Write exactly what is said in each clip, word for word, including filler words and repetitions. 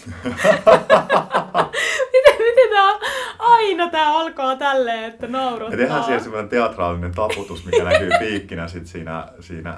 miten, miten tää aina tää alkaa tälleen, että naurottaa? Ja tehdään siellä semmoinen teatraalinen taputus, mikä näkyy piikkinä sit siinä, siinä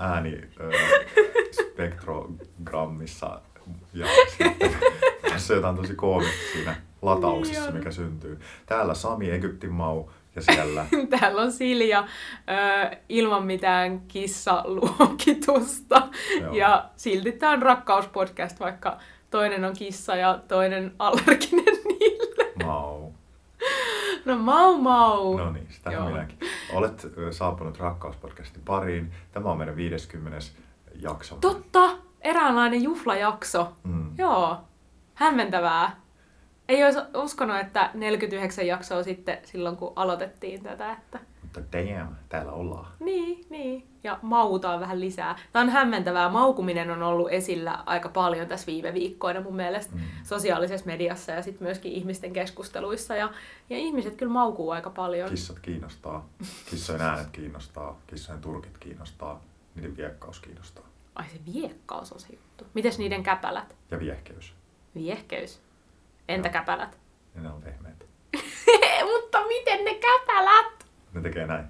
äänispektrogrammissa. Ja sitten tässä on jotain tosi koomista siinä latauksessa, mikä syntyy. Täällä Sami, Egyptin Mau ja siellä... Täällä on Silja ö, ilman mitään kissaluokitusta. Joo. Ja silti tää on rakkauspodcast, vaikka toinen on kissa ja toinen allerginen niille. Mau. No mau mau. No niin, sitä minäkin. Olet saapunut rakkauspodcastin pariin. Tämä on meidän viideskymmenes jakso. Totta! Eräänlainen juhlajakso. Mm. Joo. Hämmentävää. Ei olisi uskonut, että neljäkymmentäyhdeksän jaksoa sitten silloin, kun aloitettiin tätä. Että... Mutta damn, täällä ollaan. Niin, niin. Ja mautaan vähän lisää. Tämä on hämmentävää. Maukuminen on ollut esillä aika paljon tässä viime viikkoina mun mielestä mm. sosiaalisessa mediassa ja sitten myöskin ihmisten keskusteluissa. Ja, ja ihmiset kyllä maukuu aika paljon. Kissat kiinnostaa. Kissojen äänet kiinnostaa. Kissojen turkit kiinnostaa. Niiden viekkaus kiinnostaa. Ai se viekkaus on se juttu. Mites niiden käpälät? Ja viehkeys. Viehkeys? Entä no. käpälät? Ja ne on pehmeät. Mutta miten ne käpälät? Ne tekee näin.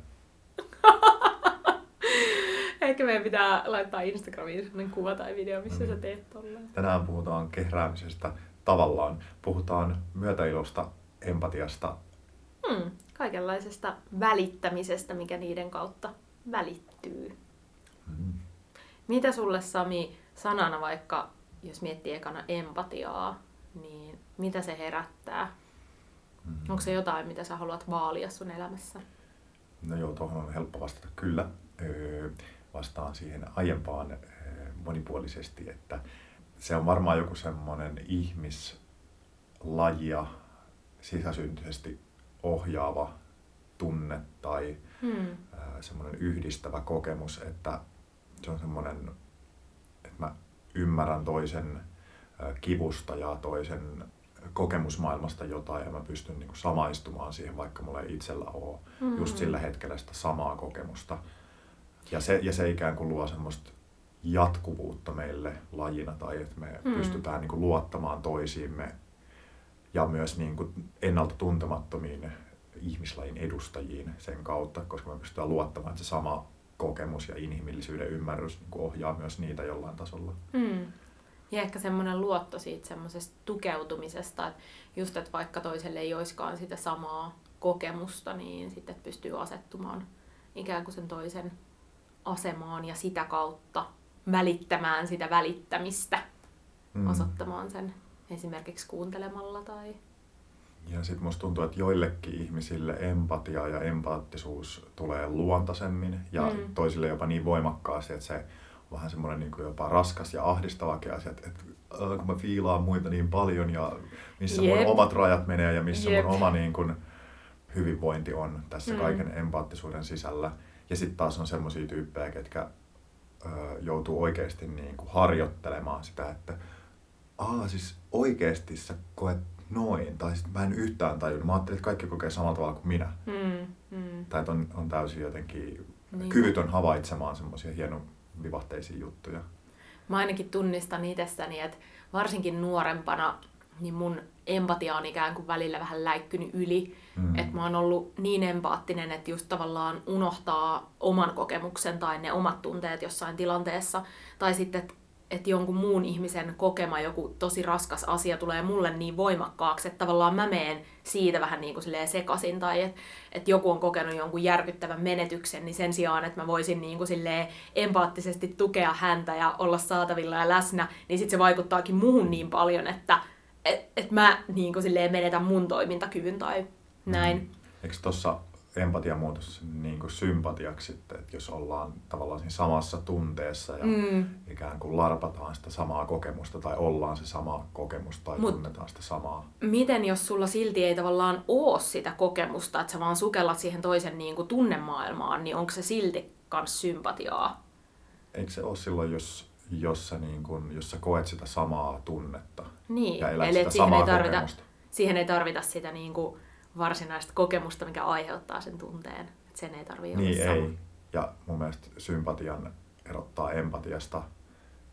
Ehkä meidän pitää laittaa Instagramiin sellainen kuva tai video, missä mm. sä teet tolleen. Tänään puhutaan kehräämisestä tavallaan. Puhutaan myötäilosta, empatiasta. Hmm, kaikenlaisesta välittämisestä, mikä niiden kautta välittyy. Mm. Mitä sulle, Sami, sanana vaikka, jos miettii ekana empatiaa, niin mitä se herättää? Mm. Onko se jotain, mitä sä haluat vaalia sun elämässä? No joo, tuohon on helppo vastata kyllä. Öö, vastaan siihen aiempaan öö, monipuolisesti, että se on varmaan joku semmoinen ihmislajia sisäsyntyisesti ohjaava tunne tai hmm. öö, semmoinen yhdistävä kokemus, että se on semmoinen, että mä ymmärrän toisen öö, kivusta ja toisen kokemusmaailmasta jotain ja mä pystyn niinku samaistumaan siihen, vaikka mulla ei itsellä ole mm-hmm. just sillä hetkellä sitä samaa kokemusta. Ja se, ja se ikään kuin luo semmoista jatkuvuutta meille lajina tai että me mm. pystytään niinku luottamaan toisiimme ja myös niinku ennalta tuntemattomiin ihmislajin edustajiin sen kautta, koska me pystytään luottamaan, että se sama kokemus ja inhimillisyyden ymmärrys niinku ohjaa myös niitä jollain tasolla. Mm. Ja ehkä semmoinen luotto siitä semmoisesta tukeutumisesta, että just, että vaikka toiselle ei olisikaan sitä samaa kokemusta, niin sitten pystyy asettumaan ikään kuin sen toisen asemaan ja sitä kautta välittämään sitä välittämistä, mm. osoittamaan sen esimerkiksi kuuntelemalla tai... Ja sitten musta tuntuu, että joillekin ihmisille empatia ja empaattisuus tulee luontaisemmin ja mm. toisille jopa niin voimakkaasti, että se vähän semmoinen niin kuin jopa raskas ja ahdistavakin asia, että, että kun mä fiilaan muita niin paljon ja missä Jep. mun omat rajat menee ja missä Jep. mun oma niin kuin hyvinvointi on tässä mm. kaiken empaattisuuden sisällä. Ja sitten taas on semmoisia tyyppejä, ketkä ö, joutuu oikeasti niin kuin harjoittelemaan sitä, että aa siis oikeasti sä koet noin, tai sitten mä en yhtään tajunnut. Mä ajattelin, että kaikki kokee samalla tavalla kuin minä. Mm. Mm. Tai että on, on täysin jotenkin niin. kyvytön havaitsemaan semmoisia hienoja vivahteisia juttuja. Mä ainakin tunnistan itsessäni, että varsinkin nuorempana niin mun empatia on ikään kuin välillä vähän läikkynyt yli. Mm. Että mä oon ollut niin empaattinen, että just tavallaan unohtaa oman kokemuksen tai ne omat tunteet jossain tilanteessa. Tai sitten, että et jonkun muun ihmisen kokema joku tosi raskas asia tulee mulle niin voimakkaaksi, että tavallaan mä meen siitä vähän niin kuin silleen sekaisin. Tai että et joku on kokenut jonkun järkyttävän menetyksen, niin sen sijaan, että mä voisin niin kuin silleen empaattisesti tukea häntä ja olla saatavilla ja läsnä, niin sit se vaikuttaakin muuhun niin paljon, että et, et mä niin kuin silleen menetän mun toimintakyvyn tai näin. Mm. Eikö tuossa empatia muutos niin kuin sympatiaksi sitten, että jos ollaan tavallaan siinä samassa tunteessa ja mm. ikään kuin larpataan sitä samaa kokemusta tai ollaan se sama kokemus tai Mut tunnetaan sitä samaa. Miten jos sulla silti ei tavallaan ole sitä kokemusta, että sä vaan sukellat siihen toisen niin kuin tunnemaailmaan, niin onko se silti kans sympatiaa? Eikö se ole silloin, jos, jos, sä, niin kuin, jos sä koet sitä samaa tunnetta niin. ja elät Eli sitä samaa ei tarvita, kokemusta? Siihen ei tarvita sitä niin kuin varsinaista kokemusta, mikä aiheuttaa sen tunteen. Et sen ei tarvitse niin olla sama. Ei. Ja mun mielestä sympatian erottaa empatiasta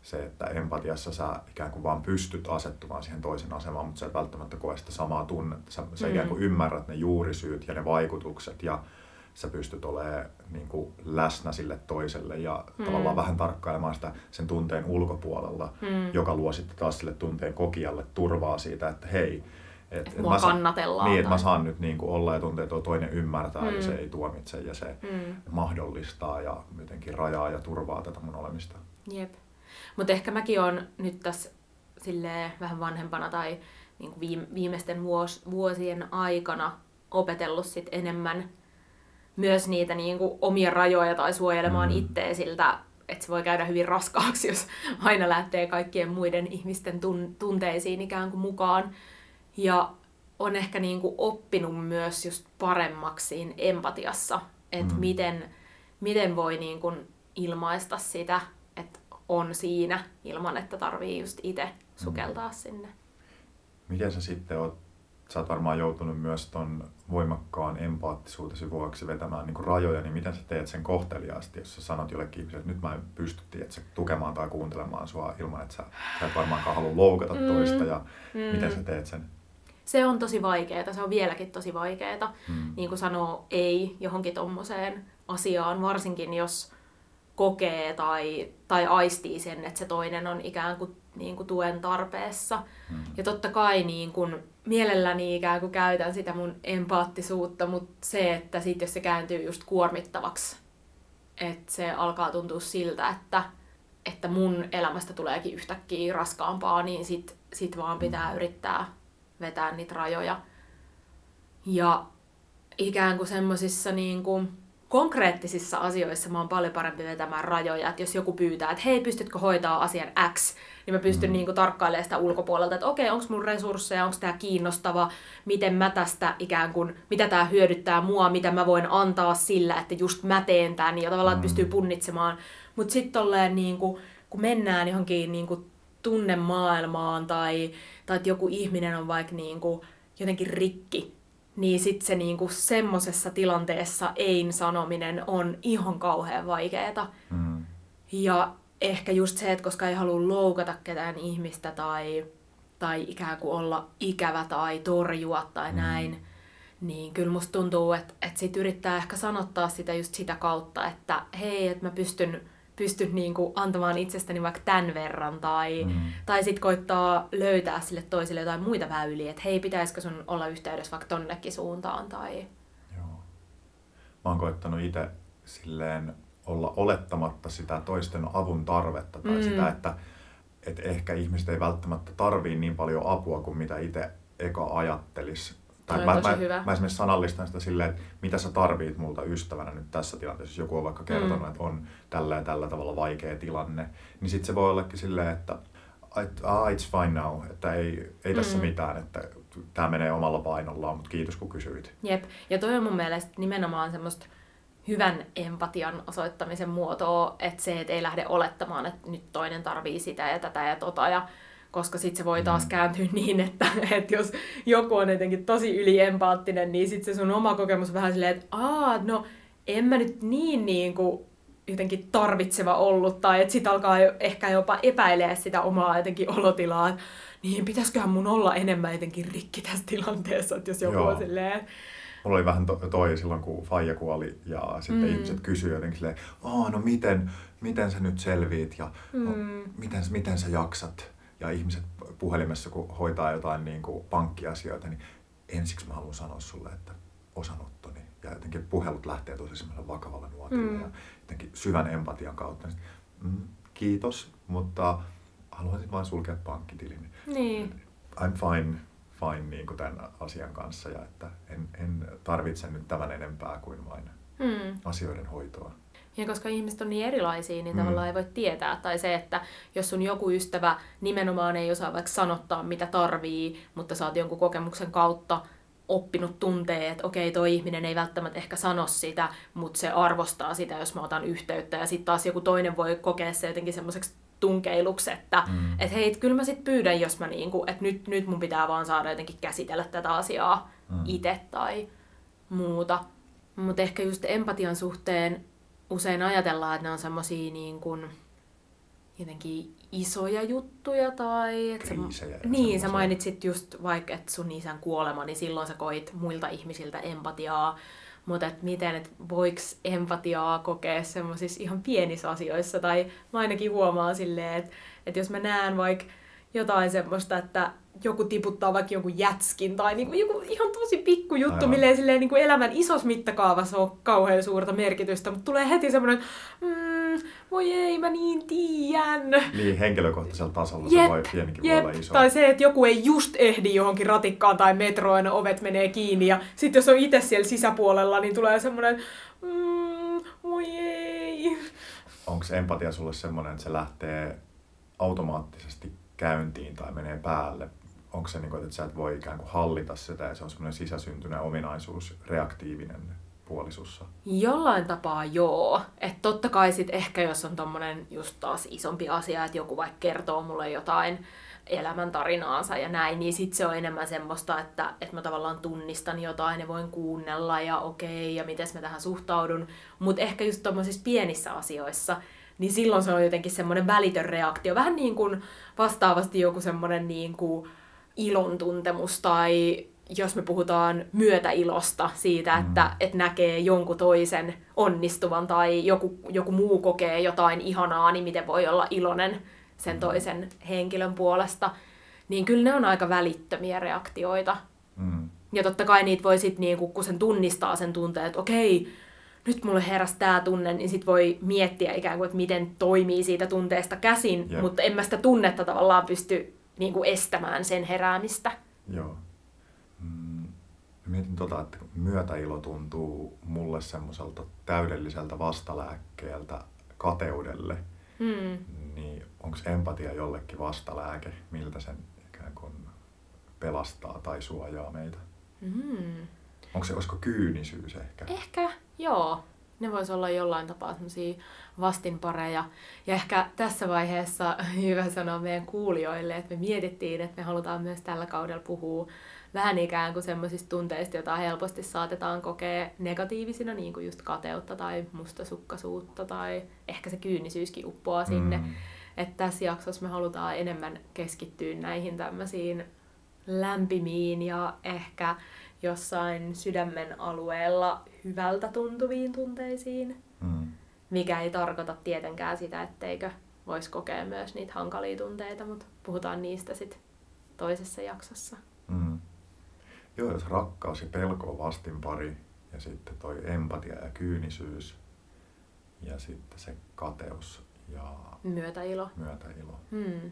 se, että empatiassa sä ikään kuin vaan pystyt asettumaan siihen toisen asemaan, mutta sä et välttämättä koe sitä samaa tunnetta. Sä, sä mm. ikään kuin ymmärrät ne juurisyyt ja ne vaikutukset ja sä pystyt olemaan niin kuin läsnä sille toiselle ja mm. tavallaan vähän tarkkailemaan sitä sen tunteen ulkopuolella, mm. joka luo sitten taas sille tunteen kokijalle turvaa siitä, että hei, et, et mua kannatellaan. Niin, että mä saan nyt niin kuin olla ja tuntea, että toinen ymmärtää mm. ja se ei tuomitse ja se mm. mahdollistaa ja jotenkin rajaa ja turvaa tätä mun olemista. Jep. Mutta ehkä mäkin oon nyt tässä silleen vähän vanhempana tai niin kuin viimeisten vuos, vuosien aikana opetellut sit enemmän myös niitä niin kuin omia rajoja tai suojelemaan mm. itseä siltä, että se voi käydä hyvin raskaaksi, jos aina lähtee kaikkien muiden ihmisten tun- tunteisiin ikään kuin mukaan. Ja on ehkä niin kuin oppinut myös just paremmaksi siinä empatiassa, että mm. miten, miten voi niin kuin ilmaista sitä, että on siinä ilman, että tarvii just itse sukeltaa mm. sinne. Miten sä sitten oot, sä oot varmaan joutunut myös ton voimakkaan empaattisuutesi vuoksi vetämään niin kuin rajoja, niin miten sä teet sen kohteliaasti, jos sä sanot jollekin ihmiselle, että nyt mä en pysty tiedätkö, tukemaan tai kuuntelemaan sua ilman, että sä, sä et varmaankaan halua loukata mm. toista ja mm. miten sä teet sen? Se on tosi vaikeeta, se on vieläkin tosi vaikeeta, mm. niin kuin sanoo ei johonkin tommoseen asiaan, varsinkin jos kokee tai, tai aistii sen, että se toinen on ikään kuin, niin kuin tuen tarpeessa. Mm. Ja totta kai niin kuin, mielelläni ikään kuin käytän sitä mun empaattisuutta, mutta se, että sit jos se kääntyy just kuormittavaksi, että se alkaa tuntua siltä, että, että mun elämästä tuleekin yhtäkkiä raskaampaa, niin sit, sit vaan pitää mm. yrittää vetää niitä rajoja. Ja ikään kuin semmosissa niin kuin konkreettisissa asioissa mä oon paljon parempi vetämään rajoja, että jos joku pyytää, että hei, pystytkö hoitaa asian X, niin mä pystyn mm. niinku tarkkailemaan sitä ulkopuolelta, että okei, onko mun resursseja, onko tää kiinnostava, miten mä tästä ikään kuin, mitä tää hyödyttää mua, mitä mä voin antaa sillä, että just mä teen tän, ja tavallaan, että pystyy punnitsemaan. Mutta sitten tolleen, niinku, kun mennään johonkin niinku tunnemaailmaan, tai, tai että joku ihminen on vaikka niinku jotenkin rikki, niin sitten se niinku semmosessa tilanteessa ein sanominen on ihan kauhean vaikeeta. Mm. Ja ehkä just se, että koska ei halua loukata ketään ihmistä tai, tai ikään kuin olla ikävä tai torjua tai mm. näin, niin kyllä musta tuntuu, että, että sit yrittää ehkä sanottaa sitä just sitä kautta, että hei, että mä pystyn pystyn niinku antamaan itsestäni vaikka tämän verran, tai, mm. tai sitten koittaa löytää sille toiselle jotain muita väyliä, että hei, pitäisikö sun olla yhteydessä vaikka tonnekin suuntaan. Tai... Joo. Mä oon koittanut itse silleen olla olettamatta sitä toisten avun tarvetta, tai mm. sitä, että et ehkä ihmiset ei välttämättä tarvii niin paljon apua kuin mitä itse eka ajattelis. Tai mä, mä, mä esimerkiksi sanallistan sitä silleen, että mitä sä tarvit multa ystävänä nyt tässä tilanteessa. Jos joku on vaikka kertonut, mm. että on tällä ja tällä tavalla vaikea tilanne, niin sitten se voi ollakin silleen, että ah, it's fine now, että ei, ei tässä mm. mitään, että tämä menee omalla painollaan, mutta kiitos kun kysyit. Jep, ja toi on mun mielestä nimenomaan semmoista hyvän empatian osoittamisen muotoa, että se, että ei lähde olettamaan, että nyt toinen tarvii sitä ja tätä ja tota, ja koska sitten se voi taas kääntyä niin, että, että jos joku on jotenkin tosi yliempaattinen, niin sitten se sun oma kokemus on vähän silleen, että aah, no en mä nyt niin, niin kuin jotenkin tarvitseva ollut, tai että sitten alkaa jo, ehkä jopa epäilee sitä omaa jotenkin olotilaa, että niin pitäisiköhän mun olla enemmän jotenkin rikki tässä tilanteessa, että jos joku Joo. on silleen... Mulla oli vähän toi silloin, kun faija kuoli, ja sitten mm. ihmiset kysyivät jotenkin silleen, oh, no miten, miten sä nyt selviit, ja mm. no, miten, miten sä jaksat? Ja ihmiset puhelimessa, kun hoitaa jotain niin kuin pankkiasioita, niin ensiksi mä haluan sanoa sulle, että osanottoni. Ja jotenkin puhelut lähtee tosi semmoisella vakavalla nuotilla mm. ja jotenkin syvän empatian kautta. Mm, kiitos, mutta haluaisin vain sulkea pankkitilin. Niin. I'm fine, fine niin kuin tämän asian kanssa ja että en, en tarvitse nyt tämän enempää kuin vain mm. asioiden hoitoa. Ja koska ihmiset on niin erilaisia, niin mm. tavallaan ei voi tietää. Tai se, että jos sun joku ystävä nimenomaan ei osaa vaikka sanottaa, mitä tarvii, mutta sä oot jonkun kokemuksen kautta oppinut tuntee, että okei, toi ihminen ei välttämättä ehkä sano sitä, mutta se arvostaa sitä, jos mä otan yhteyttä. Ja sitten taas joku toinen voi kokea se jotenkin semmoiseksi tunkeiluksi, että mm. et hei, kyllä mä sit pyydän, jos mä niinku, että nyt, nyt mun pitää vaan saada jotenkin käsitellä tätä asiaa mm. itse tai muuta. Mutta ehkä just empatian suhteen usein ajatellaan, että ne on semmosia niin kuin jotenkin isoja juttuja tai... Et sä, Kriisejä. Niin, sä mainitsit just vaikka, että sun isän kuolema, niin silloin sä koit muilta ihmisiltä empatiaa. Mutta et miten, et voiko empatiaa kokea semmoisissa ihan pienissä asioissa? Tai mä ainakin huomaan silleen, että et jos mä näen vaikka jotain semmoista, että joku tiputtaa vaikka jonkun jätskin tai niinku joku ihan tosi pikku juttu, milleen silleen niinku elämän isossa mittakaavassa on kauhean suurta merkitystä, mutta tulee heti semmoinen, mmm, voi ei, mä niin tiedän. Niin, henkilökohtaisella tasolla jep, se voi pienikin jep. voi olla iso. Tai se, että joku ei just ehdi johonkin ratikkaan tai metroon, ovet menee kiinni ja sitten jos on itse siellä sisäpuolella, niin tulee semmoinen, mmm, voi ei. Onko empatia sulle semmoinen, että se lähtee automaattisesti käyntiin tai menee päälle? Onko se, että sä et voi ikään kuin hallita sitä ja se on semmoinen sisäsyntyinen ominaisuus, reaktiivinen puoli sussa? Jollain tapaa joo. Että totta kai sit ehkä jos on tommonen just taas isompi asia, että joku vaikka kertoo mulle jotain elämäntarinaansa ja näin, niin sit se on enemmän semmoista, että, että mä tavallaan tunnistan jotain ja voin kuunnella ja okei, ja miten mä tähän suhtaudun. Mutta ehkä just tommosissa pienissä asioissa, niin silloin se on jotenkin semmoinen välitön reaktio. Vähän niin kuin vastaavasti joku semmoinen niin kuin ilon tuntemus tai jos me puhutaan myötäilosta siitä, että mm. et näkee jonkun toisen onnistuvan tai joku, joku muu kokee jotain ihanaa, niin miten voi olla iloinen sen toisen henkilön puolesta, niin kyllä ne on aika välittömiä reaktioita. Mm. Ja totta kai niitä voi sitten, niinku, kun sen tunnistaa sen tunteen, että okei, nyt mulle heräsi tää tunne, niin sit voi miettiä ikään kuin, että miten toimii siitä tunteesta käsin, yep. mutta en mä sitä tunnetta tavallaan pysty niinku estämään sen heräämistä. Joo. Mm. Mietin tota, että myötäilo tuntuu mulle semmoiselta täydelliseltä vastalääkkeeltä kateudelle. Mm. Niin onko empatia jollekin vastalääke, miltä sen ikään kuin pelastaa tai suojaa meitä? Mm. Onko se, olisiko kyynisyys ehkä? Ehkä, joo. Ne vois olla jollain tapaa semmosia vastinpareja. Ja ehkä tässä vaiheessa hyvä sanoa meidän kuulijoille, että me mietittiin, että me halutaan myös tällä kaudella puhua vähän ikään kuin semmoisista tunteista, joita helposti saatetaan kokea negatiivisina, niin kuin just kateutta tai mustasukkaisuutta tai ehkä se kyynisyyskin uppoaa sinne. Mm. Että tässä jaksossa me halutaan enemmän keskittyä näihin tämmöisiin lämpimiin ja ehkä jossain sydämen alueella hyvältä tuntuviin tunteisiin, mm. mikä ei tarkoita tietenkään sitä, etteikö voisi kokea myös niitä hankalia tunteita, mutta puhutaan niistä sitten toisessa jaksossa. Mm. Joo, jos rakkaus ja pelko on vastinpari ja sitten toi empatia ja kyynisyys ja sitten se kateus ja myötäilo. myötäilo. Hmm.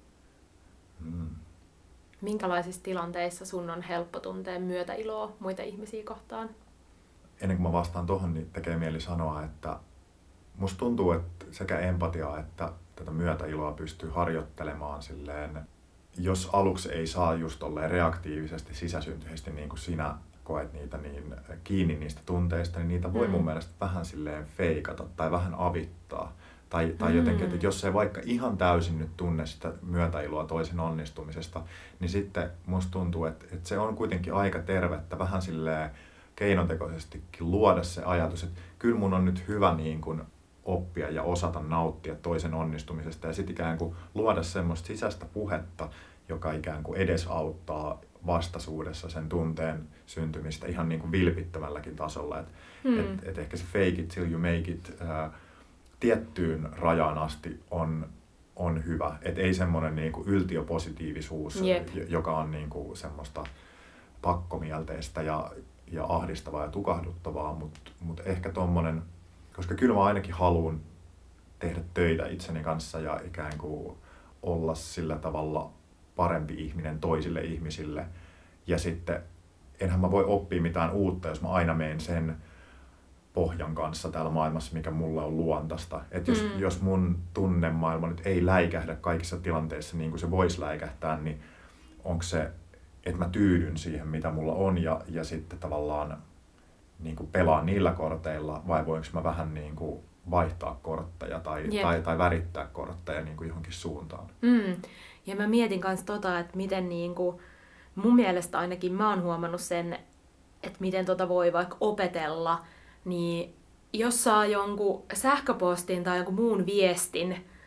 Hmm. Minkälaisissa tilanteissa sun on helppo tuntea myötäiloa muita ihmisiä kohtaan? Ennen kuin mä vastaan tohon, niin tekee mieli sanoa, että musta tuntuu, että sekä empatiaa että tätä myötäiloa pystyy harjoittelemaan silleen, jos aluksi ei saa just olleen reaktiivisesti, sisäsyntyisesti niin kuin sinä koet niitä niin kiinni niistä tunteista, niin niitä voi mm. mun mielestä vähän silleen feikata tai vähän avittaa. Tai, tai mm. jotenkin, että jos ei vaikka ihan täysin nyt tunne sitä myötäiloa toisen onnistumisesta, niin sitten musta tuntuu, että, että se on kuitenkin aika tervettä vähän silleen keinotekoisestikin luoda se ajatus, että kyllä mun on nyt hyvä niin kuin oppia ja osata nauttia toisen onnistumisesta ja sitten ikään kuin luoda semmoista sisäistä puhetta, joka ikään kuin edesauttaa vastaisuudessa sen tunteen syntymistä ihan niin kuin vilpittömälläkin tasolla. Et, hmm. et, et ehkä se fake it till you make it ää, tiettyyn rajaan asti on, on hyvä. Et ei semmoinen niin kuin yltiöpositiivisuus, yep. joka on niin kuin semmoista pakkomielteistä ja, ja ahdistavaa ja tukahduttavaa, mutta mut ehkä tommonen, koska kyllä mä ainakin haluan tehdä töitä itseni kanssa ja ikään kuin olla sillä tavalla parempi ihminen toisille ihmisille. Ja sitten enhän mä voi oppia mitään uutta, jos mä aina menen sen pohjan kanssa täällä maailmassa, mikä mulle on luontaista. Että jos, mm. jos mun tunnemaailma nyt ei läikähdä kaikissa tilanteissa niin kuin se voisi läikähtää, niin onko se, että mä tyydyn siihen, mitä mulla on ja, ja sitten tavallaan niin kuin pelaan niillä korteilla, vai voinko mä vähän niin kuin vaihtaa kortteja tai, yep. tai, tai värittää kortteja niin kuin johonkin suuntaan. Mm. Ja mä mietin myös tota, että miten niin kuin, mun mielestä ainakin mä oon huomannut sen, että miten tota voi vaikka opetella, niin jos saa jonkun sähköpostin tai jonkun muun viestin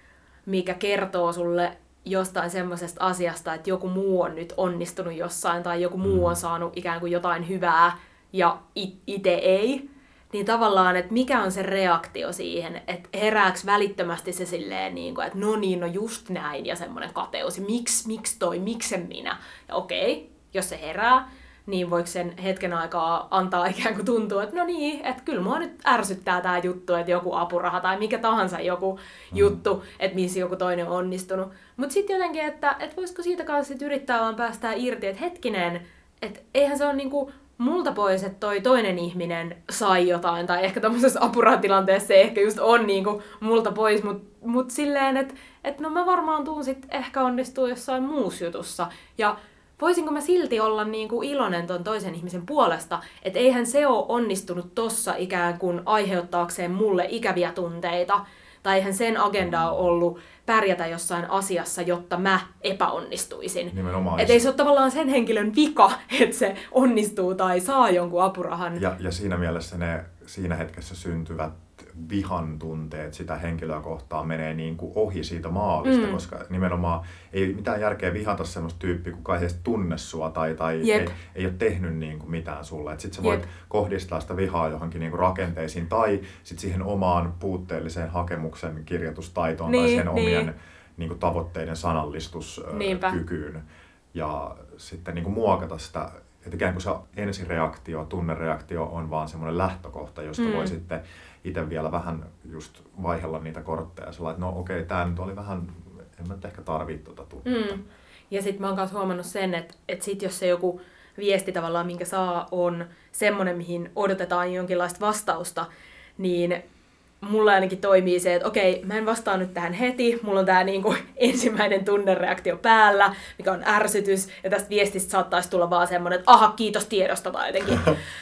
mikä kertoo sulle jostain semmoisesta asiasta, että joku muu on nyt onnistunut jossain tai joku muu on saanut ikään kuin jotain hyvää ja itse ei, niin tavallaan, että mikä on se reaktio siihen, että herääks välittömästi se silleen, niin kuin, että no niin, no just näin ja semmoinen kateus, ja miksi, miksi toi, miksen minä? Ja okei, jos se herää, niin voiko sen hetken aikaa antaa ikään kuin tuntua, että no niin, että kyllä mua nyt ärsyttää tää juttu, että joku apuraha tai mikä tahansa joku mm. juttu, että missä joku toinen on onnistunut. Mutta sitten jotenkin, että, että voisiko siitä kanssa sit yrittää vaan päästää irti, että hetkinen, että eihän se ole niinku multa pois, että toi toinen ihminen sai jotain, tai ehkä tommosessa apurahatilanteessa se ehkä just on niinku multa pois, mutta mut silleen, että et no mä varmaan tuun sit ehkä onnistuu jossain muussa jutussa. Ja voisinko mä silti olla niinku iloinen ton toisen ihmisen puolesta, että eihän se ole onnistunut tossa ikään kuin aiheuttaakseen mulle ikäviä tunteita, tai eihän sen agenda ole ollut pärjätä jossain asiassa, jotta mä epäonnistuisin. Että ei se ole tavallaan sen henkilön vika, että se onnistuu tai saa jonkun apurahan. Ja, ja siinä mielessä ne siinä hetkessä syntyvät vihan tunteet sitä henkilöä kohtaan menee niin kuin ohi siitä maalista, mm. koska nimenomaan ei mitään järkeä vihata semmoista tyyppiä, kuka ei edes tunne sua tai, tai ei, ei ole tehnyt niin kuin mitään sulle. Sitten sä voit Jep. kohdistaa sitä vihaa johonkin niin kuin rakenteisiin tai sit siihen omaan puutteelliseen hakemuksen kirjoitustaitoon niin, tai sen niin. omien niin kuin tavoitteiden sanallistuskykyyn. Ja sitten niin kuin muokata sitä, että ikään kuin se ensireaktio, tunnereaktio on vaan semmoinen lähtökohta, josta mm. voi sitten itse vielä vähän just vaihella niitä kortteja. Sillä että no okei, tää nyt oli vähän, en mä nyt ehkä tarvii tuota tunnetta. Mm. Ja sit mä oon myös huomannut sen, että, että sit jos se joku viesti tavallaan, minkä saa, on semmoinen, mihin odotetaan jonkinlaista vastausta, niin mulla ainakin toimii se, että okei, mä en vastaa nyt tähän heti, mulla on tää niinku ensimmäinen tunnereaktio päällä, mikä on ärsytys, ja tästä viestistä saattaisi tulla vaan semmoinen, että aha, kiitos tiedosta tai jotenkin.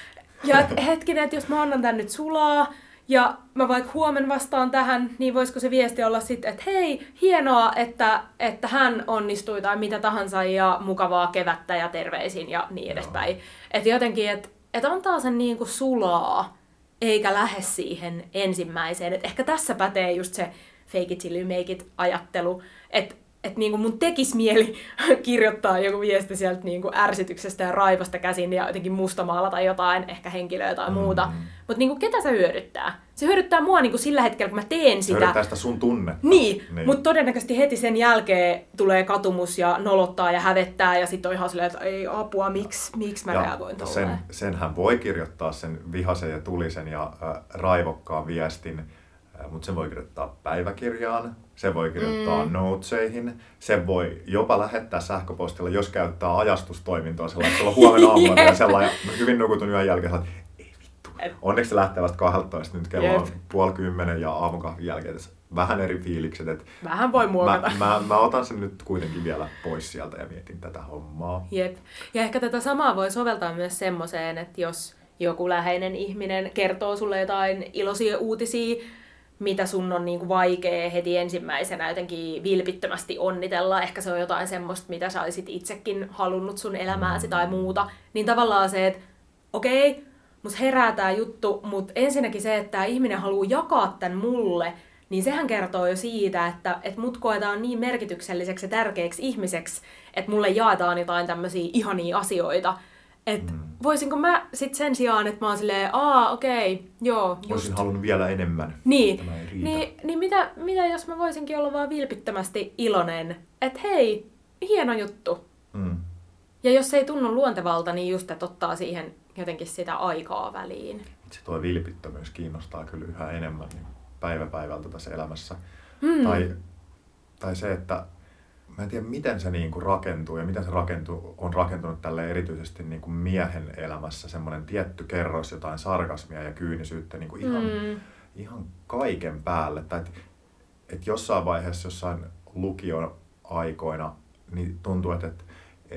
Ja et, hetkinen, että jos mä annan tän nyt sulaa, ja mä vaikka huomen vastaan tähän, niin voisiko se viesti olla sitten, että hei, hienoa, että, että hän onnistui tai mitä tahansa ja mukavaa kevättä ja terveisin ja niin edespäin. Että jotenkin, että et antaa sen niinku sulaa, eikä lähde siihen ensimmäiseen. Et ehkä tässä pätee just se fake it till you make it -ajattelu, että et niinku mun tekis mieli kirjoittaa joku viesti sieltä niinku ärsytyksestä ja raivasta käsin ja jotenkin mustamaalata jotain, ehkä henkilöä tai muuta. Mm. Mutta niinku, ketä se hyödyttää? Se hyödyttää mua niinku sillä hetkellä, kun mä teen sitä. Se hyödyttää sitä sun tunnetta. Niin, niin. Mutta todennäköisesti heti sen jälkeen tulee katumus ja nolottaa ja hävettää ja sitten on ihan silleen, että ei apua, miksi, miksi mä ja reagoin tolleen. Sen, senhän voi kirjoittaa sen vihasen ja tulisen ja äh, raivokkaan viestin, äh, mutta sen voi kirjoittaa päiväkirjaan. Se voi kirjoittaa mm. noteseihin. Se voi jopa lähettää sähköpostilla, jos käyttää ajastustoimintoa sellainen, että sulla on huomenna aamulla vielä sellainen hyvin nukutun yön jälkeen, että ei vittu. Et. Onneksi se lähtee vasta kahdeltoista, nyt kello Jep. on puoli kymmenen ja aamukahvin jälkeen. Vähän eri fiilikset. Että vähän voi muokata. Mä, mä, mä otan sen nyt kuitenkin vielä pois sieltä ja mietin tätä hommaa. Jep. Ja ehkä tätä samaa voi soveltaa myös semmoiseen, että jos joku läheinen ihminen kertoo sulle jotain iloisia uutisia, mitä sun on niinku vaikea heti ensimmäisenä jotenkin vilpittömästi onnitella. Ehkä se on jotain semmoista, mitä sä olisit itsekin halunnut sun elämääsi tai muuta. Niin tavallaan se, että okei, mus herää tää juttu, mutta ensinnäkin se, että tää ihminen haluaa jakaa tän mulle, niin sehän kertoo jo siitä, että, että mut koetaan niin merkitykselliseksi ja tärkeäksi ihmiseksi, että mulle jaetaan jotain tämmöisiä ihania asioita. Että mm. voisinko mä sit sen sijaan, että mä oon silleen, aa okei, okay, joo, just. Olisin halunnut vielä enemmän. Niin, niin, niin mitä, mitä jos mä voisinkin olla vaan vilpittömästi iloinen, että hei, hieno juttu. Mm. Ja jos se ei tunnu luontevalta, niin just, että ottaa siihen jotenkin sitä aikaa väliin. Se tuo vilpittömyys kiinnostaa kyllä yhä enemmän niin päivä päivältä tässä elämässä. Mm. Tai, tai se, että mä en tiedä, miten se niinku rakentuu ja miten se rakentuu, on rakentunut tälle erityisesti niinku miehen elämässä semmoinen tietty kerros, jotain sarkasmia ja kyynisyyttä niinku ihan, mm. ihan kaiken päälle. Tai et, et jossain vaiheessa, jossain lukion aikoina, niin tuntuu, että et,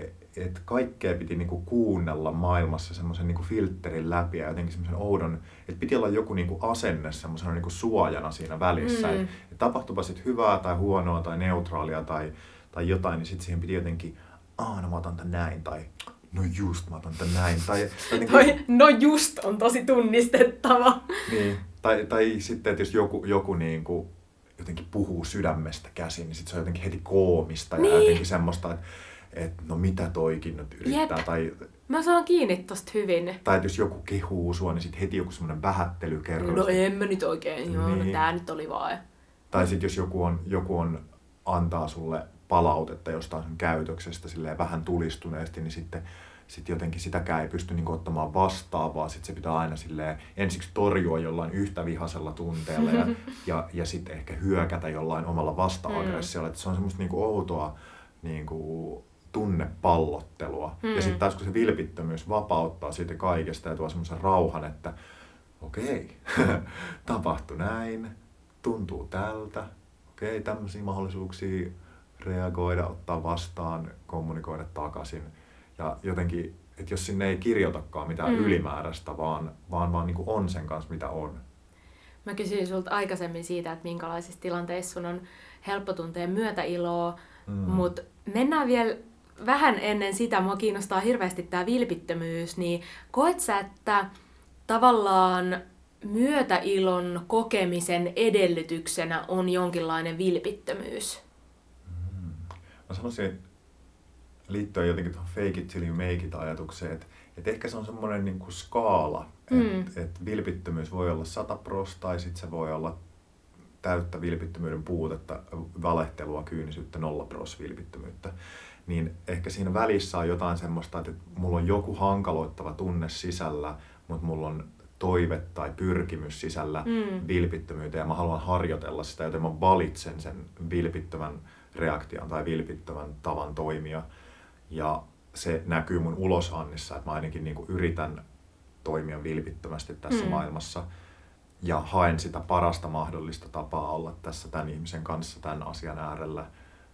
et kaikkea piti niinku kuunnella maailmassa semmoisen niinku filterin läpi ja jotenkin semmoisen oudon, että piti olla joku niinku asenne semmoisena niinku suojana siinä välissä. Mm. Et, et tapahtuipa sit hyvää tai huonoa tai neutraalia tai tai jotain, niin sitten siihen piti jotenkin, aah, no mä otan tän näin, tai no just, mä otan tän näin. Tai, tai Toi, no just on tosi tunnistettava. Niin, tai, tai sitten, että jos joku, joku niin kuin, jotenkin puhuu sydämestä käsin, niin sit se on jotenkin heti koomista ja Niin. jotenkin semmoista, että et, no mitä toikin nyt yrittää. Jep. Tai, Mä saan kiinni tosta hyvin. tai että jos joku kehuu sua, niin sit heti joku semmoinen vähättelykerros. No en mä nyt oikein, joo, Niin. no tää nyt oli vaan. Tai sitten jos joku on, joku on antaa sulle palautetta jostain sun käytöksestä silleen vähän tulistuneesti, niin sitten sit jotenkin sitäkään ei pysty niinku ottamaan vastaan, vaan sit se pitää aina silleen ensiksi torjua jollain yhtä vihaisella tunteella ja, ja, ja sitten ehkä hyökätä jollain omalla vasta-aggressiolla. Mm. Se on semmoista niinku outoa niinku tunnepallottelua. Mm. Ja sitten taas kun se vilpittömyys vapauttaa siitä kaikesta ja tuo semmoisen rauhan, että okei, tapahtui näin, tuntuu tältä, okei, tämmöisiä mahdollisuuksia reagoida, ottaa vastaan, kommunikoida takaisin. Ja jotenkin, että jos sinne ei kirjoitakaan mitään mm. ylimääräistä, vaan, vaan, vaan niin kuin on sen kanssa, mitä on. Mä kysyin sulta aikaisemmin siitä, että minkälaisissa tilanteissa sun on helppo tuntea myötäiloa, mm. mutta mennään vielä vähän ennen sitä. Mua kiinnostaa hirveästi tää vilpittömyys, niin koet sä, että tavallaan myötäilon kokemisen edellytyksenä on jonkinlainen vilpittömyys? Mm. Mä sanoisin, liittyen jotenkin tuohon fake it till you make it -ajatukseen, että, että ehkä se on semmoinen niin kuin skaala, mm. että, että vilpittömyys voi olla sata pros tai sitten se voi olla täyttä vilpittömyyden puutetta, valehtelua, kyynisyyttä, nolla pros vilpittömyyttä. Niin ehkä siinä välissä on jotain semmoista, että mulla on joku hankaloittava tunne sisällä, mutta mulla on toive tai pyrkimys sisällä mm. vilpittömyyteen ja mä haluan harjoitella sitä, joten mä valitsen sen vilpittömän reaktion tai vilpittömän tavan toimia. Ja se näkyy mun ulosannissa, että mä ainakin niinku yritän toimia vilpittömästi tässä mm. maailmassa ja haen sitä parasta mahdollista tapaa olla tässä tämän ihmisen kanssa tämän asian äärellä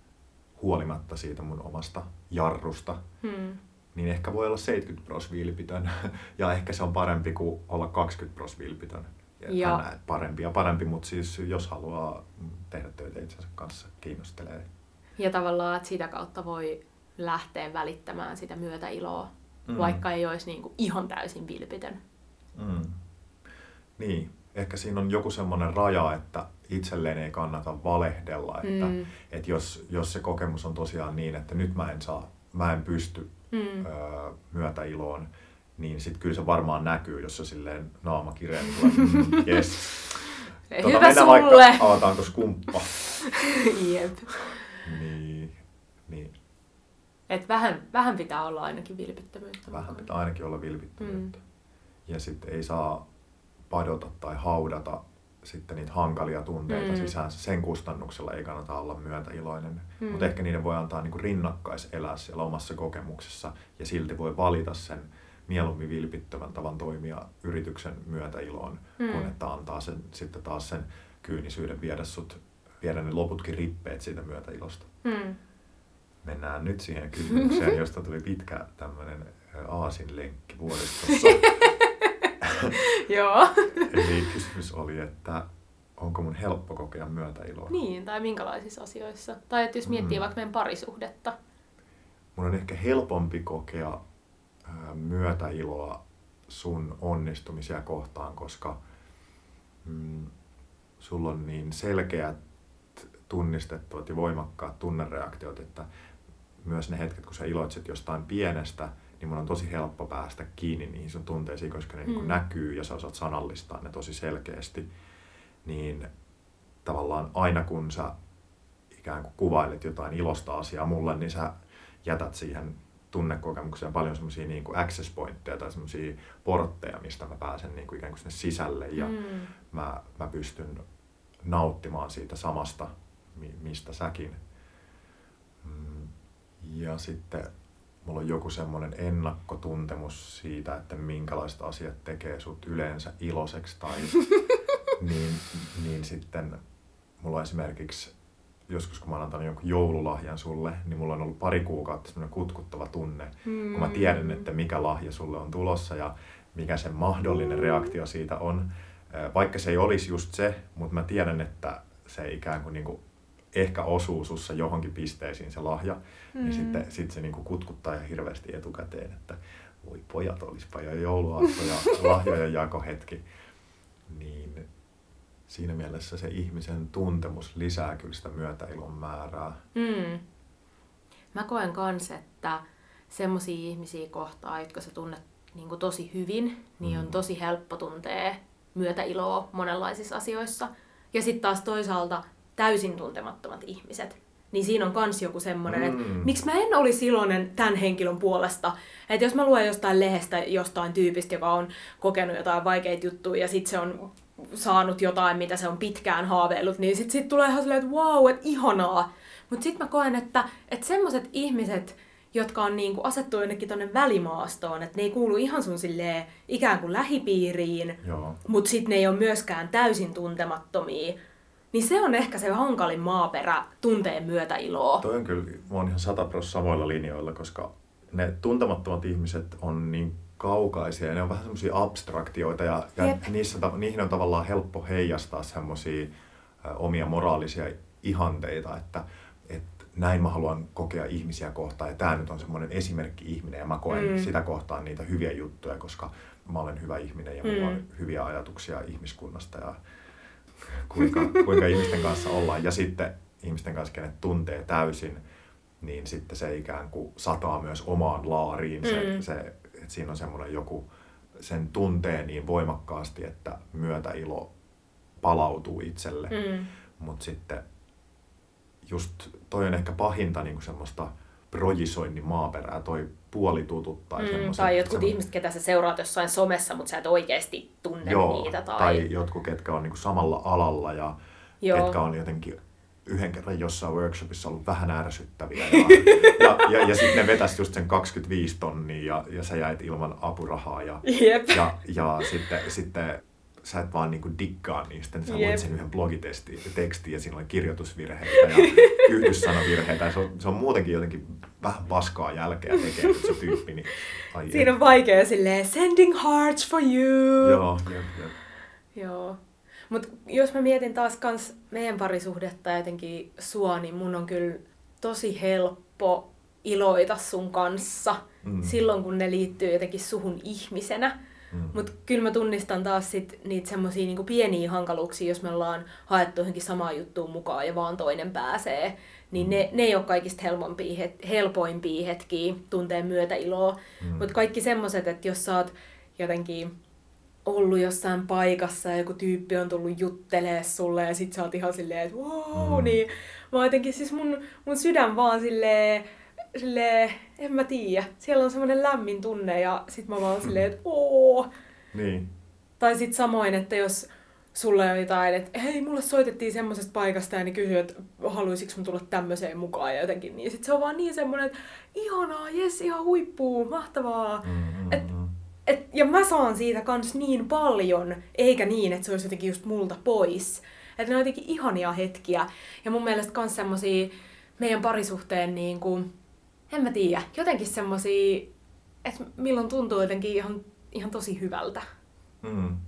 huolimatta siitä mun omasta jarrusta. Mm. Niin ehkä voi olla seitsemänkymmentä pros vilpitön ja ehkä se on parempi kuin olla kaksikymmentä pros vilpitön. Ja näet parempi ja parempi, mutta siis jos haluaa tehdä töitä itsensä kanssa, kiinnostelee. Ja tavallaan, että sitä kautta voi lähteä välittämään sitä myötäiloa, mm. vaikka ei olisi niin kuin ihan täysin vilpitön. Mm. Niin, ehkä siinä on joku semmoinen raja, että itselleen ei kannata valehdella, että, mm. että jos, jos se kokemus on tosiaan niin, että nyt mä en saa, mä en pysty mm. öö, myötäiloon, niin sit kyllä se varmaan näkyy, jos se silleen naama kireen, niin jes. Tota, hyvä sulle! Vaikka, avataanko skumppa? Jep. Niin, niin. Et vähän, vähän pitää olla ainakin vilpittömyyttä. Vähän pitää ainakin olla vilpittömyyttä. Mm. Ja sitten ei saa padota tai haudata sitten niitä hankalia tunteita mm. sisäänsä. Sen kustannuksella ei kannata olla myötäiloinen. Mm. Mutta ehkä niiden voi antaa niinku rinnakkais elää siellä omassa kokemuksessa ja silti voi valita sen mieluummin vilpittömän tavan toimia yrityksen myötäiloon, mm. kun että antaa sen, sitten taas sen kyynisyyden viedä, sut, viedä ne loputkin rippeet siitä myötäilosta. Mm. Mennään nyt siihen kysymykseen, josta tuli pitkä tämmöinen aasinlenkki vuoristossa. Joo. Eli kysymys oli, että onko mun helppo kokea myötäiloa? Niin, tai minkälaisissa asioissa. Tai että jos miettii mm. vaikka meidän parisuhdetta. Mun on ehkä helpompi kokea ää, myötäiloa sun onnistumisia kohtaan, koska mm, sulla on niin selkeät, tunnistettavat ja voimakkaat tunnereaktiot, että myös ne hetket, kun sä iloitset jostain pienestä, niin mun on tosi helppo päästä kiinni niihin sun tunteisiin, koska ne mm. niin näkyy ja sä osaat sanallistaa ne tosi selkeästi. Niin tavallaan aina kun sä ikään kuin kuvailet jotain ilosta asiaa mulle, niin sä jätät siihen tunnekokemukseen paljon semmosia niin kuin access pointteja tai semmosia portteja, mistä mä pääsen niin kuin ikään kuin sinne sisälle ja mm. mä, mä pystyn nauttimaan siitä samasta, mistä säkin. Ja sitten mulla on joku semmoinen ennakkotuntemus siitä, että minkälaiset asiat tekee sut yleensä iloiseksi. Tai niin, niin sitten mulla on esimerkiksi, joskus kun mä oon antanut jonkun joululahjan sulle, niin mulla on ollut pari kuukautta semmoinen kutkuttava tunne, mm. kun mä tiedän, että mikä lahja sulle on tulossa ja mikä se mahdollinen reaktio siitä on. Vaikka se ei olisi just se, mutta mä tiedän, että se ikään kuin, niin kuin ehkä osuu sussa johonkin pisteisiin se lahja, mm. niin sitten sit se niin kuin kutkuttaa ja hirveästi etukäteen, että voi pojat, olispa jo jouluaatto ja lahjojen jakohetki. Niin siinä mielessä se ihmisen tuntemus lisää kyllä sitä myötäilon määrää. Mm. Mä koen kans, että semmosia ihmisiä kohtaa, jotka sä tunnet niin kuin tosi hyvin, niin mm. on tosi helppo tuntea myötäiloa monenlaisissa asioissa. Ja sitten taas toisaalta täysin tuntemattomat ihmiset. Niin siinä on kans joku semmoinen, mm. että miksi mä en olisi iloinen tämän henkilön puolesta. Että jos mä luen jostain lehdestä jostain tyypistä, joka on kokenut jotain vaikeita juttuja ja sit se on saanut jotain, mitä se on pitkään haaveillut, niin sit, sit tulee ihan silleen, että vau, että ihanaa. Mutta sit mä koen, että, että semmoset ihmiset, jotka on niinku asettu jonnekin tonne välimaastoon, että ne ei kuulu ihan sun silleen ikään kuin lähipiiriin, mutta sit ne ei ole myöskään täysin tuntemattomia. Niin se on ehkä se hankalin maaperä tunteen myötäiloa. Toi on kyllä, mä oon ihan sata prosenttia samoilla linjoilla, koska ne tuntemattomat ihmiset on niin kaukaisia ja ne on vähän semmosia abstraktioita ja, ja niissä, niihin on tavallaan helppo heijastaa semmosia ä, omia moraalisia ihanteita, että et näin mä haluan kokea ihmisiä kohtaan ja tää nyt on semmoinen esimerkki-ihminen ja mä koen mm. sitä kohtaan niitä hyviä juttuja, koska mä olen hyvä ihminen ja mulla mm. on hyviä ajatuksia ihmiskunnasta ja kuinka, kuinka ihmisten kanssa ollaan. Ja sitten ihmisten kanssa, kenet tuntee täysin, niin sitten se ikään kuin sataa myös omaan laariin. Se, mm. se, että siinä on semmoinen joku, sen tuntee niin voimakkaasti, että myötäilo palautuu itselle. Mm. Mutta sitten just toi on ehkä pahinta niin kuin semmoista projisoinnin maaperää, toi puolitutut tai mm, semmoiset. Tai jotkut semmo... ihmiset, ketä sä seuraat jossain somessa, mutta sä et oikeasti tunne Joo, niitä. Tai... tai jotkut, ketkä on niinku samalla alalla ja Joo. ketkä on jotenkin yhden kerran jossain workshopissa ollut vähän ärsyttäviä. Ja, ja, ja, ja sitten ne vetäisi just sen kaksikymmentäviisi tonnia ja, ja sä jäit ilman apurahaa. Ja, Jep. ja, ja sitten, sitten sä et vaan niinku dikkaa niistä, niin sä luit sen yhden blogitekstin ja siinä oli kirjoitusvirheitä ja yhdyssanavirheitä. Ja se, on, se on muutenkin jotenkin vähän paskaa jälkeä tekee se tyyppi. Niin, ai siinä on vaikea silleen, sending hearts for you. Joo, jep, jep. Joo. Mut jos mä mietin taas kans meidän parisuhdetta ja jotenkin sua, niin mun on kyllä tosi helppo iloita sun kanssa mm. silloin, kun ne liittyy jotenkin suhun ihmisenä. Mm. Mutta kyllä mä tunnistan taas sit niitä semmosia niinku pieniä hankaluuksia, jos me ollaan haettu johonkin samaan juttuun mukaan ja vaan toinen pääsee. Niin mm. ne, ne ei ole kaikista helpompia, het, helpoimpia hetkiä tunteen myötäiloa. Mm. Mutta kaikki semmoset, että jos sä oot jotenkin ollut jossain paikassa ja joku tyyppi on tullut juttelee sulle ja sit sä oot ihan silleen, että wow, mm. niin mä jotenkin siis mun, mun sydän vaan silleen, silleen, en mä tiedä. Siellä on semmoinen lämmin tunne ja sit mä vaan silleen, että ooo. Niin. Tai sit samoin, että jos sulle on jotain, että hei, mulle soitettiin semmosesta paikasta ja ne kysyy, että haluaisinko mun tulla tämmöiseen mukaan ja jotenkin niin. Sit se on vaan niin semmonen, että ihanaa, jes, ihan huippuu, mahtavaa. Mm-hmm. Et, et, ja mä saan siitä kans niin paljon, eikä niin, että se olisi jotenkin just multa pois. Että ne on jotenkin ihania hetkiä. Ja mun mielestä kans semmosia meidän parisuhteen niinku, en mä tiedä, jotenkin semmosia, että milloin tuntuu jotenkin ihan, ihan tosi hyvältä. Mm.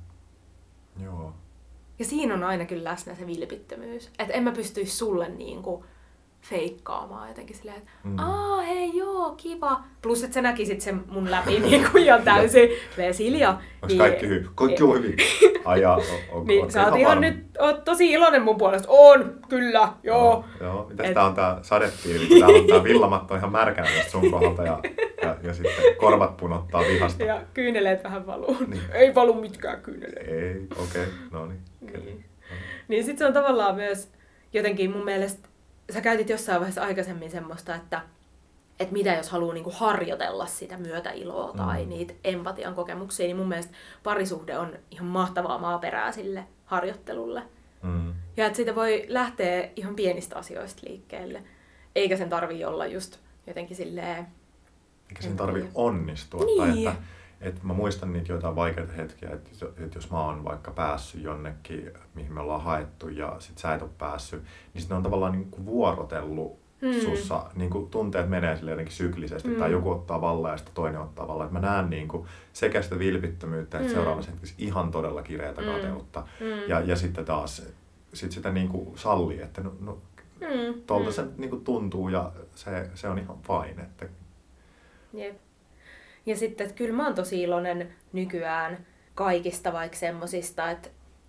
Joo. Ja siinä on aina kyllä läsnä se vilpittömyys. Että en mä pystyisi sulle niinku feikkaamaan jotenkin silleen, että mm. aa hei joo, kiva. Plus että sä näkisit sen mun läpi niinku ihan täysin. Silja. Onks niin, kaikki hyvin? Kaikki on hyvin. Ai jaa, on, on, niin, sä oot ihan varma. Nyt, oot tosi iloinen mun puolesta. On, kyllä, joo. Joo, joo. Mitäs Et... tää on tää sadepiiri, kun täällä on tää villamatto ihan märkänä tästä sun kohdalta ja, ja, ja sitten korvat punottaa vihasta. Ja kyyneleet vähän valuu. Niin. Ei valu mitkään kyyneleet. Ei, okei, okay. No niin. Niin, niin sit se on tavallaan myös jotenkin mun mielestä, sä käytit jossain vaiheessa aikaisemmin semmoista, että että mitä jos haluaa niinku harjoitella sitä myötäiloa tai mm. niitä empatian kokemuksia, niin mun mielestä parisuhde on ihan mahtavaa maaperää sille harjoittelulle. Mm. Ja että siitä voi lähteä ihan pienistä asioista liikkeelle, eikä sen tarvii olla just jotenkin silleen... Eikä sen tarvii onnistua. Niin. Tai että, että mä muistan niitä joitain vaikeita hetkiä, että, että jos mä oon vaikka päässyt jonnekin, mihin me ollaan haettu ja sit sä et ole päässyt, niin sit ne on tavallaan niin kuin vuorotellut Hmm. sussa niin kuin tunteet menee sille jotenkin syklisesti, hmm. tai joku ottaa vallan ja sitten toinen ottaa vallan. Et mä näen niin kuin sekä sitä vilpittömyyttä, että hmm. seuraavassa hetkessä ihan todella kireätä hmm. kateutta. Hmm. Ja, ja sitten taas sit sitä niin kuin sallii, että no, no, hmm. tuolta hmm. se niin kuin tuntuu ja se, se on ihan fine. Että... Jep. Ja sitten, että kyllä mä oon tosi iloinen nykyään kaikista vaikka semmosista, että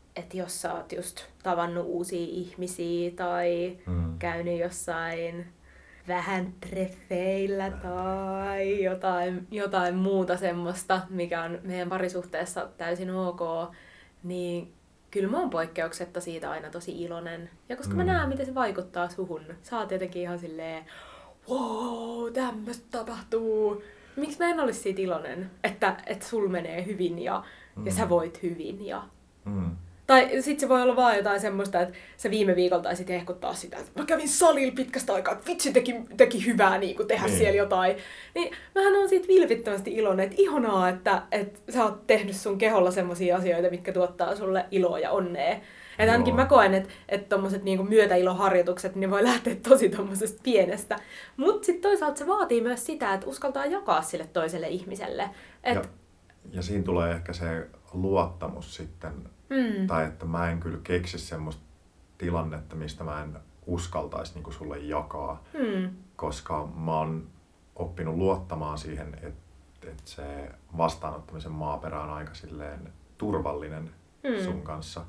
että jos sä oot just tavannut uusia ihmisiä tai mm. käynyt jossain vähän treffeillä tai jotain, jotain muuta semmoista, mikä on meidän parisuhteessa täysin ok, niin kyllä mä oon poikkeuksetta siitä aina tosi iloinen. Ja koska mm. mä näen, miten se vaikuttaa suhun, sä oot jotenkin ihan silleen, wow, tämmöistä tapahtuu. Miksi mä en olisi siitä iloinen, että, että sul menee hyvin ja, mm. ja sä voit hyvin. Ja... Mm. Tai sit se voi olla vaan jotain semmoista, että sä viime viikolla taisit hehkuttaa sitä, että mä kävin salilla pitkästä aikaa, että vitsi teki, teki hyvää niin kuin tehdä niin. siellä jotain. Niin mähän on siitä vilpittömästi iloinen, että ihanaa, että, että sä oot tehnyt sun keholla semmosia asioita, mitkä tuottaa sulle iloa ja onnea. Että ainakin mä koen, että, että tommoset niinku myötäiloharjoitukset, ne voi lähteä tosi tommosesta pienestä. Mut sit toisaalta se vaatii myös sitä, että uskaltaa jakaa sille toiselle ihmiselle. Et... Ja, ja siinä tulee ehkä se luottamus sitten, mm. tai että mä en kyllä keksi semmoista tilannetta, mistä mä en uskaltaisi niinku sulle jakaa. Mm. Koska mä oon oppinut luottamaan siihen, että, että se vastaanottamisen maaperä on aika silleen turvallinen mm. sun kanssa.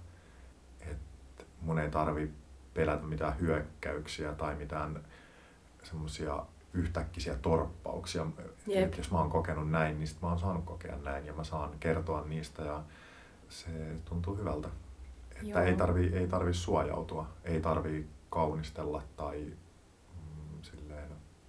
Mun ei tarvi pelätä mitään hyökkäyksiä tai mitään semmoisia yhtäkkisiä torppauksia. Et jos mä oon kokenut näin, niin sit mä oon saanut kokea näin ja mä saan kertoa niistä ja se tuntuu hyvältä. Että Joo. ei tarvi, ei tarvi suojautua, ei tarvi kaunistella tai mm, silleen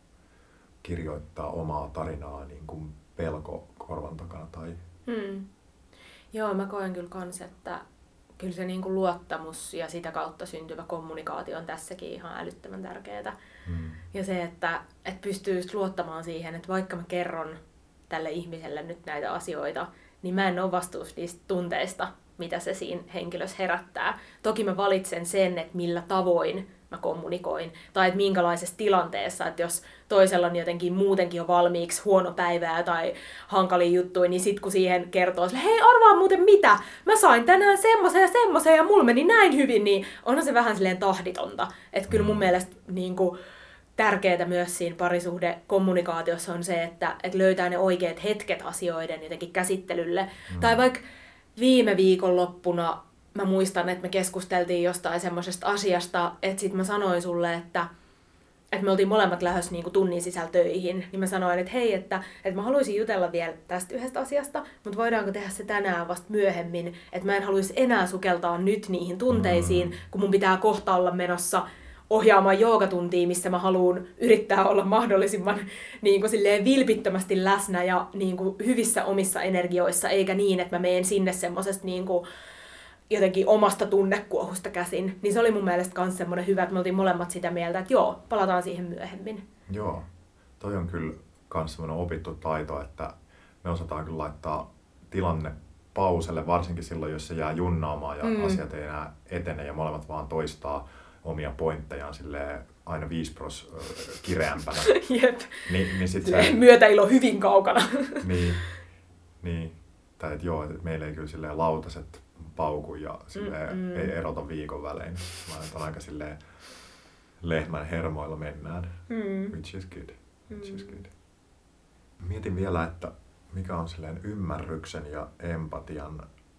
kirjoittaa omaa tarinaa niin kuin pelko korvan takana. Tai... Hmm. Joo, mä koen kyllä kans, että kyllä se niinku luottamus ja sitä kautta syntyvä kommunikaatio on tässäkin ihan älyttömän tärkeää. Mm. Ja se, että, että pystyy luottamaan siihen, että vaikka mä kerron tälle ihmiselle nyt näitä asioita, niin mä en ole vastuussa niistä tunteista, mitä se siinä henkilössä herättää. Toki mä valitsen sen, että millä tavoin mä kommunikoin, tai että minkälaisessa tilanteessa, että jos toisella on jotenkin muutenkin jo valmiiksi huono päivää tai hankalia juttuja, niin sit kun siihen kertoo, että hei arvaa muuten mitä, mä sain tänään semmoisen ja semmoisen ja mulla meni näin hyvin, niin onhan se vähän silleen tahditonta. Että kyllä mun mielestä niin kuin, tärkeää myös siinä parisuhdekommunikaatiossa on se, että, että löytää ne oikeat hetket asioiden jotenkin käsittelylle. Mm. Tai vaikka viime viikonloppuna mä muistan, että me keskusteltiin jostain semmoisesta asiasta, että sit mä sanoin sulle, että, että me oltiin molemmat lähdössä niinku tunnin sisällä töihin. Niin mä sanoin, että hei, että, että mä haluaisin jutella vielä tästä yhdestä asiasta, mutta voidaanko tehdä se tänään vasta myöhemmin. Että mä en haluaisi enää sukeltaa nyt niihin tunteisiin, mm. kun mun pitää kohta olla menossa ohjaamaan joogatuntia, missä mä haluan yrittää olla mahdollisimman niin kuin silleen vilpittömästi läsnä ja niin kuin hyvissä omissa energioissa, eikä niin, että mä menen sinne semmosesta niin kuin jotenkin omasta tunnekuohusta käsin. Niin se oli mun mielestä myös semmoinen hyvä, että me oltiin molemmat sitä mieltä, että joo, palataan siihen myöhemmin. Joo, toi on kyllä myös semmoinen opittu taito, että me osataan kyllä laittaa tilanne pauselle, varsinkin silloin, jos se jää junnaamaan ja mm. asiat ei enää etene ja molemmat vaan toistaa omia pointtejaan silleen aina viisi pros kireämpänä. Jep. Ni, niin sit se... Myötäilo hyvin kaukana. niin, niin. Tai et joo, et meillä ei kyllä silleen lautaset pauku ja silleen mm, mm. ei erota viikon välein. Vaan on aika silleen lehmän hermoilla mennään. Mm. Which is good. Which mm. is good. Mietin vielä, että mikä on silleen ymmärryksen ja empatian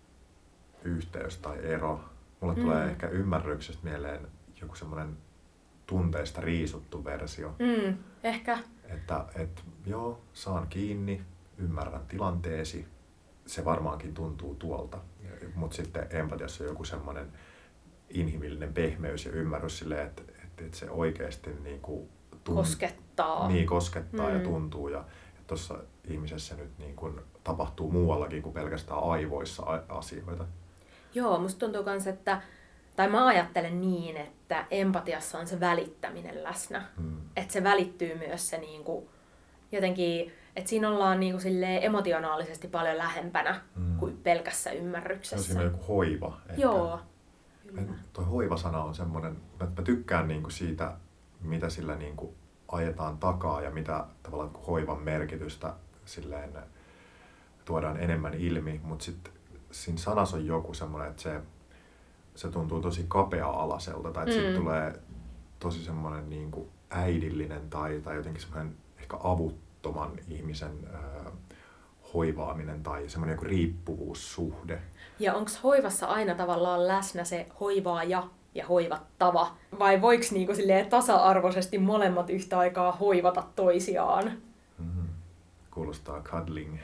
yhteys tai ero. Mulle mm. tulee ehkä ymmärryksestä mieleen joku semmoinen tunteista riisuttu versio. Mm, ehkä. Että et, joo, saan kiinni, ymmärrän tilanteesi, se varmaankin tuntuu tuolta. Mutta sitten empatiassa on joku semmoinen inhimillinen pehmeys ja ymmärrys silleen, että et, et se oikeasti niinku tunt- koskettaa. Niin, koskettaa mm. ja tuntuu. Ja tuossa ihmisessä nyt niin kun tapahtuu muuallakin kuin pelkästään aivoissa asioita. Joo, musta tuntuu kans, että tai mä ajattelen niin, että empatiassa on se välittäminen läsnä. Mm. Että se välittyy myös se niinku, jotenkin, että siinä ollaan niinku silleen emotionaalisesti paljon lähempänä mm. kuin pelkässä ymmärryksessä. Se on joku hoiva. Ehkä. Joo. Tuo hoivasana on semmoinen, että mä tykkään niinku siitä, mitä sillä niinku ajetaan takaa ja mitä tavallaan hoivan merkitystä silleen tuodaan enemmän ilmi, mutta sitten siinä sanassa on joku semmoinen, että se, se tuntuu tosi kapea-alaiselta, tai että mm. siitä tulee tosi semmoinen niin kuin äidillinen tai, tai jotenkin semmoinen ehkä avuttoman ihmisen äh, hoivaaminen tai semmoinen joku riippuvuussuhde. Ja onko hoivassa aina tavallaan läsnä se hoivaaja ja hoivattava? Vai voiko niinku silleen tasa-arvoisesti molemmat yhtä aikaa hoivata toisiaan? Mm. Kuulostaa cuddling.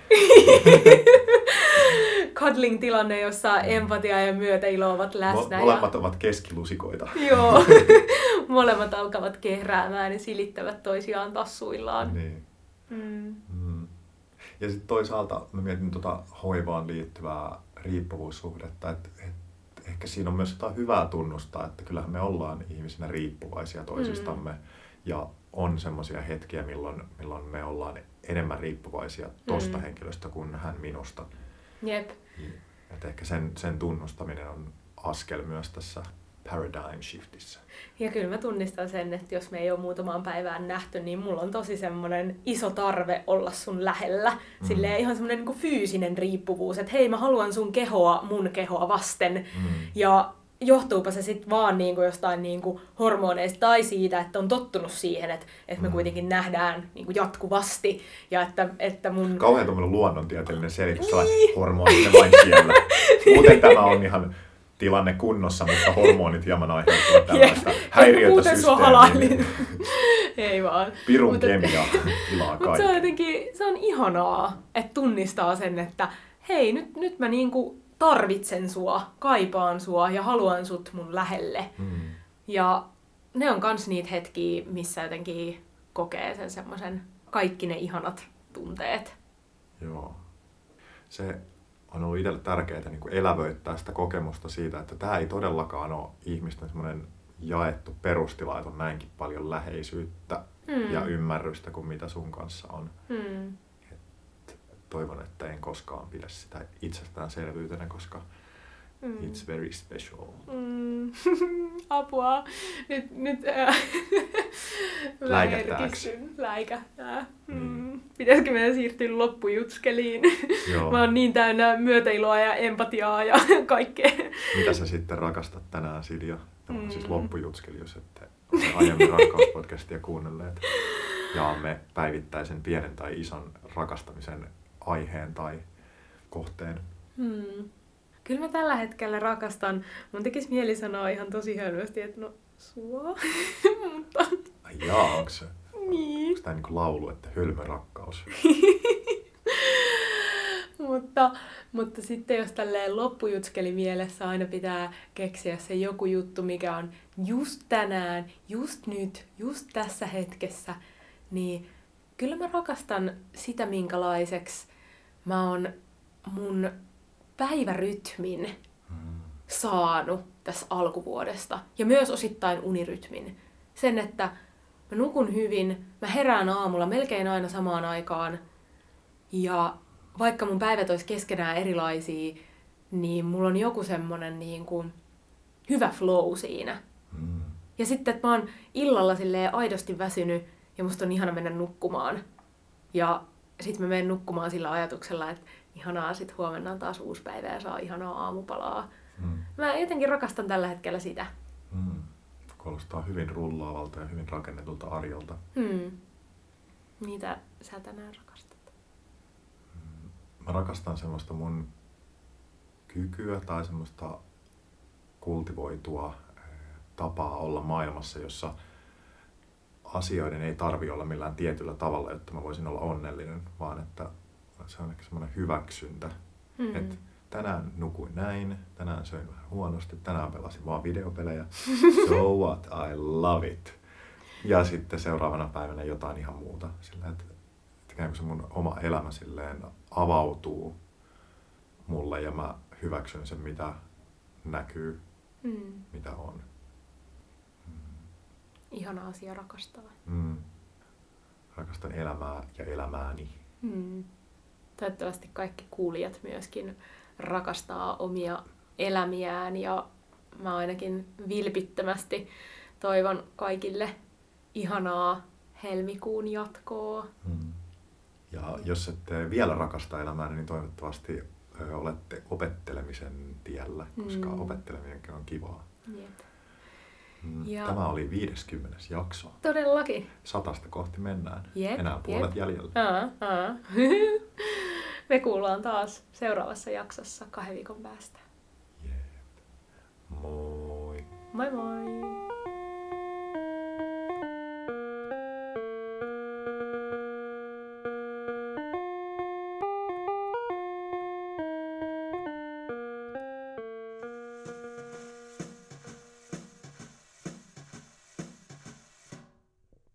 Cuddling-tilanne, jossa empatia ja myötäilo ovat läsnä. Mo- molemmat ja... ovat keskilusikoita. Joo. Molemmat alkavat kehräämään ja silittävät toisiaan tassuillaan. Niin. Mm. Mm. Ja sitten toisaalta mä mietin tuota hoivaan liittyvää riippuvuussuhdetta, että et, ehkä siinä on myös jotain hyvää tunnustaa, että kyllähän me ollaan ihmisinä riippuvaisia toisistamme. Mm. Ja on semmoisia hetkiä, milloin, milloin me ollaan enemmän riippuvaisia tosta mm. henkilöstä kuin hän minusta. Jep. Että ehkä sen, sen tunnustaminen on askel myös tässä paradigm shiftissä. Ja kyllä mä tunnistan sen, että jos me ei ole muutamaan päivään nähty, niin mulla on tosi semmoinen iso tarve olla sun lähellä. Mm. Silleen ihan semmoinen niin kuin fyysinen riippuvuus, että hei, mä haluan sun kehoa mun kehoa vasten. Mm. Ja johtuupa se sitten vaan niinku jostain niinku hormoneista tai siitä, että on tottunut siihen, että, että me mm. kuitenkin nähdään niinku jatkuvasti. Ja että, että mun... Kauhean tommoinen luonnontieteellinen selitys, niin. Hormonit ne vain siellä. Muuten tämä on ihan tilanne kunnossa, mutta hormonit hieman aiheuttavat tällaista häiriötä systeemiin. Ei vaan. Pirun mutta, kemia pilaa kaiken. Mutta se on jotenkin, se on ihanaa, että tunnistaa sen, että hei, nyt, nyt mä niinku tarvitsen sua, kaipaan sua ja haluan sut mun lähelle. Mm. Ja ne on kans niitä hetkiä, missä jotenkin kokee sen semmoisen kaikki ne ihanat tunteet. Joo. Se on ollut itselle tärkeää niin kuin elävöittää sitä kokemusta siitä, että tämä ei todellakaan ole ihmisten semmoinen jaettu perustila, että on näinkin paljon läheisyyttä mm. ja ymmärrystä kuin mitä sun kanssa on. Mm. Toivon, että en koskaan pidä sitä itsestäänselvyytenä, koska mm. it's very special. Mm. Apua. Nyt, nyt äh, läikähtääksy. Läikähtää. Mm. Pitäisikö meidän siirtyä loppujutskeliin? Mä oon niin täynnä myötäiloa ja empatiaa ja kaikkea. Mitä sä sitten rakastat tänään, Silja? Tämä on mm. siis loppujutskeli, jos ette ole aiemmin rakkauspodcastia kuunnelleet. Jaamme päivittäisen pienen tai ison rakastamisen aiheen tai kohteen. Hmm. Kyllä mä tällä hetkellä rakastan. Mun tekis mieli sanoa ihan tosi hölmösti, että no sua. Mutta... Ai jaa, onko se? Niin. Onko tää niinku laulu, että hölmö rakkaus? mutta, mutta sitten jos tälleen loppujutskeli mielessä aina pitää keksiä se joku juttu, mikä on just tänään, just nyt, just tässä hetkessä, niin kyllä mä rakastan sitä, minkälaiseksi mä oon mun päivärytmin saanut tässä alkuvuodesta. Ja myös osittain unirytmin. Sen, että mä nukun hyvin, mä herään aamulla melkein aina samaan aikaan. Ja vaikka mun päivät olisi keskenään erilaisia, niin mulla on joku semmonen niin kuin hyvä flow siinä. Mm. Ja sitten, että mä oon illalla silleen aidosti väsynyt ja musta on ihana mennä nukkumaan. Ja sit mä menen nukkumaan sillä ajatuksella, että ihanaa, sit huomenna on taas uusi päivä ja saa ihanaa aamupalaa. Mm. Mä jotenkin rakastan tällä hetkellä sitä. Mm. Kuulostaa hyvin rullaavalta ja hyvin rakennetulta arjolta. Mm. Mitä sä tänään rakastat? Mm. Mä rakastan semmoista mun kykyä tai semmoista kultivoitua tapaa olla maailmassa, jossa asioiden ei tarvi olla millään tietyllä tavalla, jotta mä voisin olla onnellinen, vaan että se on ehkä semmoinen hyväksyntä. Mm. Että tänään nukuin näin, tänään söin vähän huonosti, tänään pelasin vaan videopelejä. So what? I love it. Ja sitten seuraavana päivänä jotain ihan muuta. Sillä, että, että se mun oma elämä silleen avautuu mulle ja mä hyväksyn sen, mitä näkyy, mm. mitä on. Ihana asia rakastaa. Mm. Rakastan elämää ja elämääni. Mm. Toivottavasti kaikki kuulijat myöskin rakastaa omia elämiään ja mä ainakin vilpittömästi toivon kaikille ihanaa helmikuun jatkoa. Mm. Ja jos ette vielä rakasta elämää, niin toivottavasti ö, olette opettelemisen tiellä, koska mm. opetteleminenkin on kivaa. Jep. Ja tämä oli viideskymmenes jakso. Todellakin. Satasta kohti mennään. Jep, Enää puolet jep. jäljellä. Aa, aa. Me kuullaan taas seuraavassa jaksossa kahden viikon päästä. Jep. Moi. Moi moi!